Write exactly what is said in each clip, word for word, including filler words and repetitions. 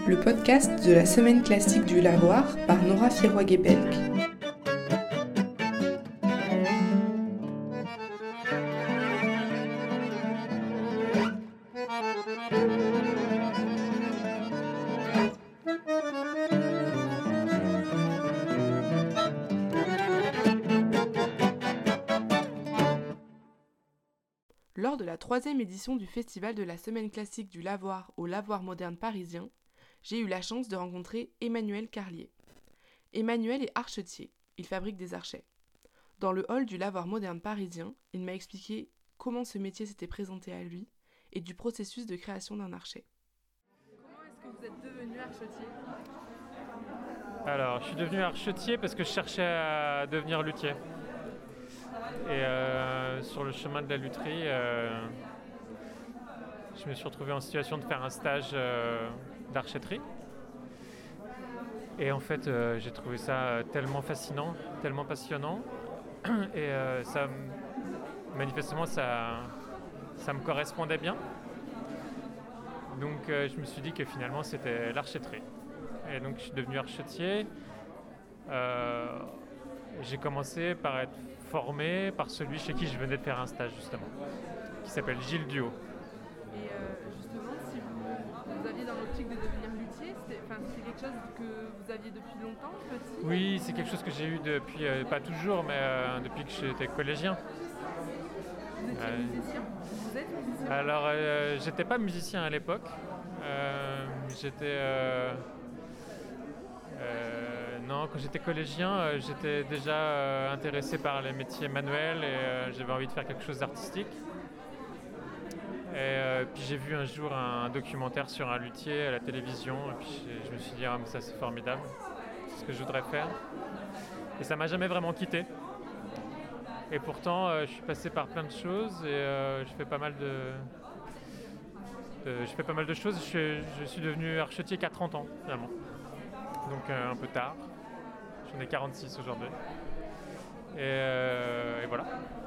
le podcast de la semaine classique du lavoir par Nora Firoig-Gebelk. Lors de la troisième édition du Festival de la semaine classique du lavoir au lavoir moderne parisien, j'ai eu la chance de rencontrer Emmanuel Carlier. Emmanuel est archetier, il fabrique des archets. Dans le hall du lavoir moderne parisien, il m'a expliqué comment ce métier s'était présenté à lui et du processus de création d'un archet. Comment est-ce que vous êtes devenu archetier ? Alors, je suis devenu archetier parce que je cherchais à devenir luthier. Et euh, sur le chemin de la lutherie, euh, je me suis retrouvé en situation de faire un stage euh, d'archetterie. Et en fait, euh, j'ai trouvé ça tellement fascinant, tellement passionnant. Et euh, ça, manifestement, ça, ça me correspondait bien. Donc, euh, je me suis dit que finalement, c'était l'archetterie. Et donc, je suis devenu archetier. Euh, j'ai commencé par être formé par celui chez qui je venais de faire un stage justement, qui s'appelle Gilles Duhaut. Et euh, justement, si vous, vous aviez dans l'optique de devenir luthier, c'était, c'est quelque chose que vous aviez depuis longtemps, petit ? Oui, c'est quelque chose que j'ai eu depuis, euh, pas toujours, mais euh, depuis que j'étais collégien. Vous étiez euh, musicien ? Vous êtes musicien ? Alors, euh, j'étais pas musicien à l'époque. Euh, j'étais... Euh, euh, Non, quand j'étais collégien, euh, j'étais déjà euh, intéressé par les métiers manuels et euh, j'avais envie de faire quelque chose d'artistique. Et euh, puis j'ai vu un jour un, un documentaire sur un luthier à la télévision et puis je me suis dit ah mais ça c'est formidable, c'est ce que je voudrais faire. Et ça m'a jamais vraiment quitté. Et pourtant euh, je suis passé par plein de choses et euh, je fais pas mal de, de je fais pas mal de choses. Je suis, je suis devenu archetier qu'à trente ans finalement, donc euh, un peu tard. J'en ai quarante-six aujourd'hui. Et, euh, et voilà.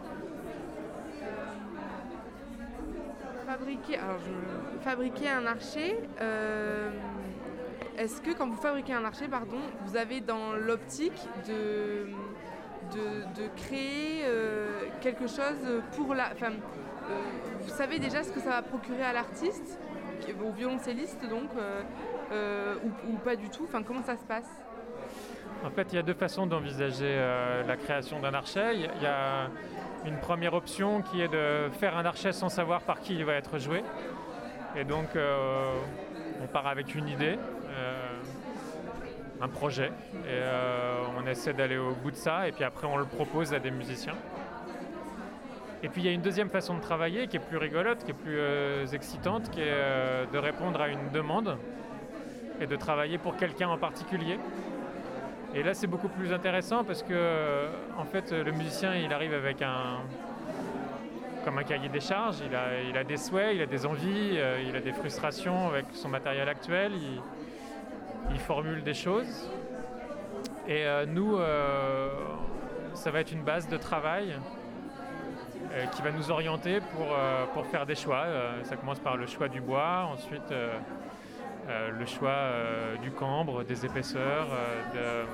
Fabriquer, alors je, fabriquer un archer, euh, est-ce que quand vous fabriquez un archer, pardon, vous avez dans l'optique de, de, de créer euh, quelque chose pour la... Enfin, euh, vous savez déjà ce que ça va procurer à l'artiste, au violoncelliste donc, euh, euh, ou, ou pas du tout, enfin, comment ça se passe ? En fait, il y a deux façons d'envisager euh, la création d'un archet. Il y a une première option qui est de faire un archet sans savoir par qui il va être joué. Et donc, euh, on part avec une idée, euh, un projet, et euh, on essaie d'aller au bout de ça, et puis après, on le propose à des musiciens. Et puis, il y a une deuxième façon de travailler qui est plus rigolote, qui est plus euh, excitante, qui est euh, de répondre à une demande et de travailler pour quelqu'un en particulier. Et là, c'est beaucoup plus intéressant parce que, en fait, le musicien, il arrive avec un, comme un cahier des charges. Il a, il a des souhaits, il a des envies, euh, il a des frustrations avec son matériel actuel. Il, il formule des choses. Et euh, nous, euh, ça va être une base de travail euh, qui va nous orienter pour, euh, pour faire des choix. Euh, ça commence par le choix du bois, ensuite... Euh, Euh, le choix euh, du cambre, des épaisseurs, euh, de,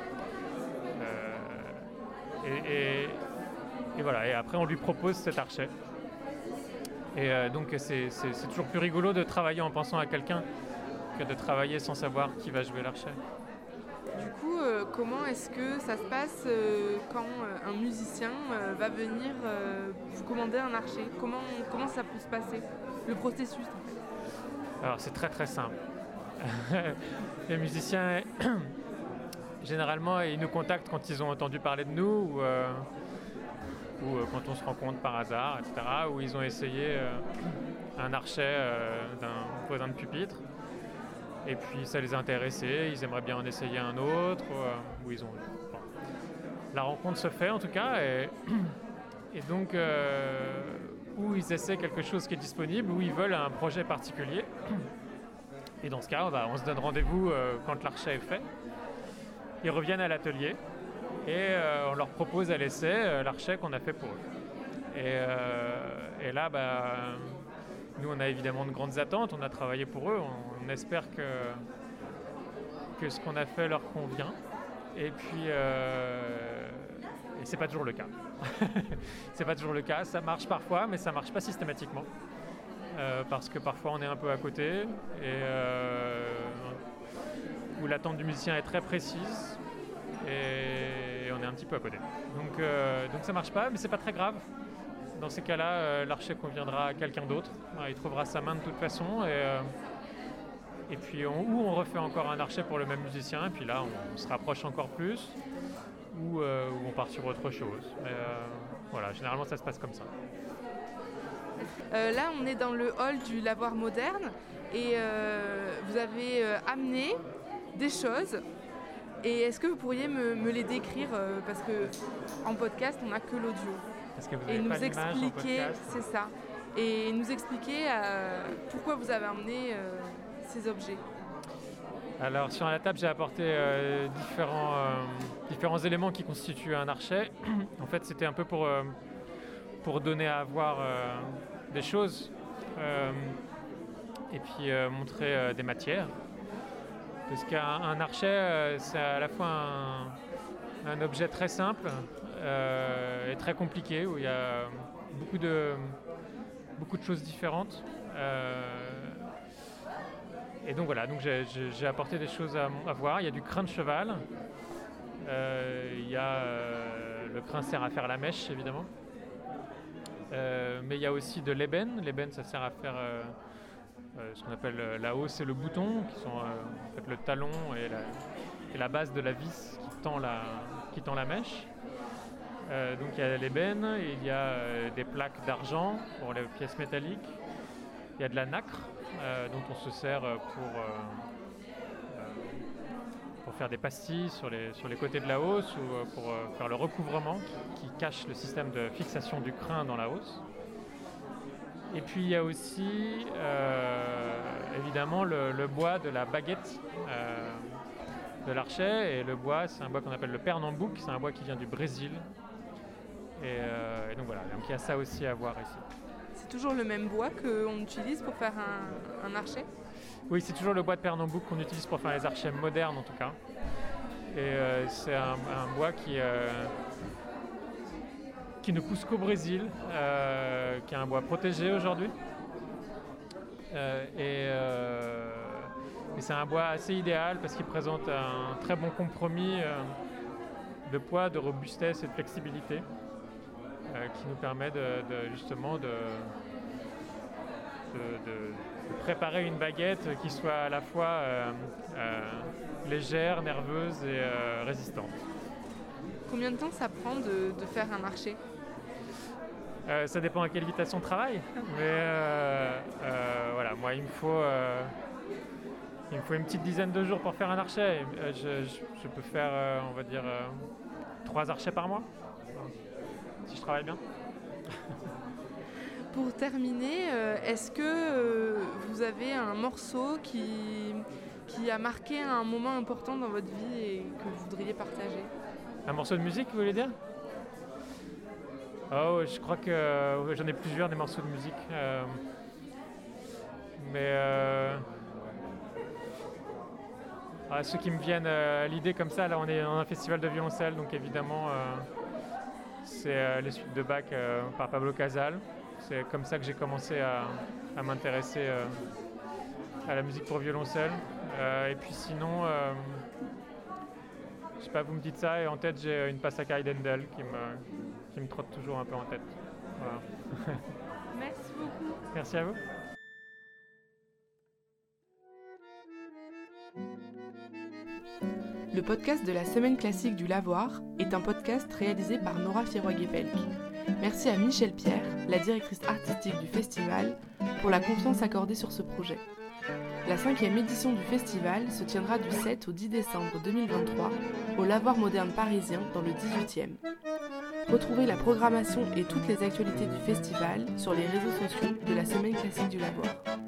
euh, et, et, et voilà. Et après, on lui propose cet archet. Et euh, donc, c'est, c'est, c'est toujours plus rigolo de travailler en pensant à quelqu'un que de travailler sans savoir qui va jouer l'archet. Du coup, euh, comment est-ce que ça se passe euh, quand euh, un musicien euh, va venir euh, vous commander un archet ? Comment, comment ça peut se passer ? Le processus, en fait. Alors, c'est très très simple. Les musiciens, généralement, ils nous contactent quand ils ont entendu parler de nous ou, euh, ou euh, quand on se rencontre par hasard, et cetera. Ou ils ont essayé euh, un archet euh, d'un voisin de pupitre. Et puis, ça les a intéressés. Ils aimeraient bien en essayer un autre. Ou, euh, ou ils ont... Bon. La rencontre se fait, en tout cas. Et, et donc... Euh, où ils essaient quelque chose qui est disponible, où ils veulent un projet particulier. Et dans ce cas, bah, on se donne rendez-vous euh, quand l'archet est fait. Ils reviennent à l'atelier et euh, on leur propose à l'essai euh, l'archet qu'on a fait pour eux. Et, euh, et là, bah, nous, on a évidemment de grandes attentes, on a travaillé pour eux, on, on espère que, que ce qu'on a fait leur convient. Et puis, euh, et c'est pas toujours le cas. C'est pas toujours le cas, ça marche parfois, mais ça marche pas systématiquement. Euh, parce que parfois on est un peu à côté, et euh, où l'attente du musicien est très précise, et on est un petit peu à côté. Donc, euh, donc ça marche pas, mais c'est pas très grave. Dans ces cas-là, euh, l'archet conviendra à quelqu'un d'autre. Euh, il trouvera sa main de toute façon. Et, euh, et puis, on, ou on refait encore un archet pour le même musicien. Et puis là, on, on se rapproche encore plus. Ou, euh, ou on part sur autre chose. Mais euh, voilà, généralement, ça se passe comme ça. Euh, là, on est dans le hall du lavoir moderne. Et euh, vous avez euh, amené des choses. Et est-ce que vous pourriez me, me les décrire euh, parce qu'en podcast, on n'a que l'audio. Parce que vous et n'avez nous pas l'image en expliquer, podcast. c'est ça, et nous expliquer euh, pourquoi vous avez amené euh, ces objets. Alors sur la table, j'ai apporté euh, différents, euh, différents éléments qui constituent un archet. En fait, c'était un peu pour, euh, pour donner à voir euh, des choses euh, et puis euh, montrer euh, des matières. Parce qu'un un archet, euh, c'est à la fois un, un objet très simple euh, et très compliqué, où il y a beaucoup de, beaucoup de choses différentes. Euh, et donc voilà, donc j'ai, j'ai apporté des choses à, à voir. Il y a du crin de cheval, euh, il y a euh, le crin sert à faire la mèche évidemment, euh, mais il y a aussi de l'ébène. L'ébène, ça sert à faire euh, euh, ce qu'on appelle la hausse et le bouton, qui sont euh, en fait le talon et la, et la base de la vis qui tend la, qui tend la mèche. Euh, donc il y a l'ébène, il y a euh, des plaques d'argent pour les pièces métalliques, il y a de la nacre euh, dont on se sert pour, euh, euh, pour faire des pastilles sur les, sur les côtés de la hausse, ou euh, pour euh, faire le recouvrement qui, qui cache le système de fixation du crin dans la hausse. Et puis il y a aussi euh, évidemment le, le bois de la baguette euh, de l'archet, et le bois, c'est un bois qu'on appelle le Pernambouc, c'est un bois qui vient du Brésil. Et, euh, et donc voilà, donc il y a ça aussi à voir ici. C'est toujours le même bois qu'on utilise pour faire un, un archet ? Oui, c'est toujours le bois de Pernambouc qu'on utilise pour faire les archets modernes en tout cas. Et euh, c'est un, un bois qui, euh, qui ne pousse qu'au Brésil, euh, qui est un bois protégé aujourd'hui. Euh, et, euh, et c'est un bois assez idéal parce qu'il présente un très bon compromis euh, de poids, de robustesse et de flexibilité. Euh, qui nous permet de, de, justement de, de, de, de préparer une baguette qui soit à la fois euh, euh, légère, nerveuse et euh, résistante. Combien de temps ça prend de, de faire un archet ? euh, Ça dépend à quelle vitesse on travaille. Mais euh, euh, voilà, moi il me faut euh, il me faut une petite dizaine de jours pour faire un archet. Je, je, je peux faire, euh, on va dire, euh, trois archets par mois. Si je travaille bien. Pour terminer, euh, est-ce que euh, vous avez un morceau qui, qui a marqué un moment important dans votre vie et que vous voudriez partager ? Un morceau de musique, vous voulez dire ? Oh, je crois que euh, j'en ai plusieurs des morceaux de musique. Euh, mais euh, ah, ceux qui me viennent à l'idée comme ça, là on est dans un festival de violoncelle, donc évidemment... Euh, c'est euh, les suites de Bach euh, par Pablo Casals. C'est comme ça que j'ai commencé à, à m'intéresser euh, à la musique pour violoncelle. Euh, et puis sinon, euh, je sais pas, vous me dites ça et en tête j'ai une Passacaglia d'Handel qui me, qui me trotte toujours un peu en tête. Voilà. Merci beaucoup. Merci à vous. Le podcast de la Semaine classique du Lavoir est un podcast réalisé par Nora Firoy-Guépelc. Merci à Michel Pierre, la directrice artistique du festival, pour la confiance accordée sur ce projet. La cinquième édition du festival se tiendra du sept au dix décembre deux mille vingt-trois au Lavoir moderne parisien dans le dix-huitième. Retrouvez la programmation et toutes les actualités du festival sur les réseaux sociaux de la Semaine classique du Lavoir.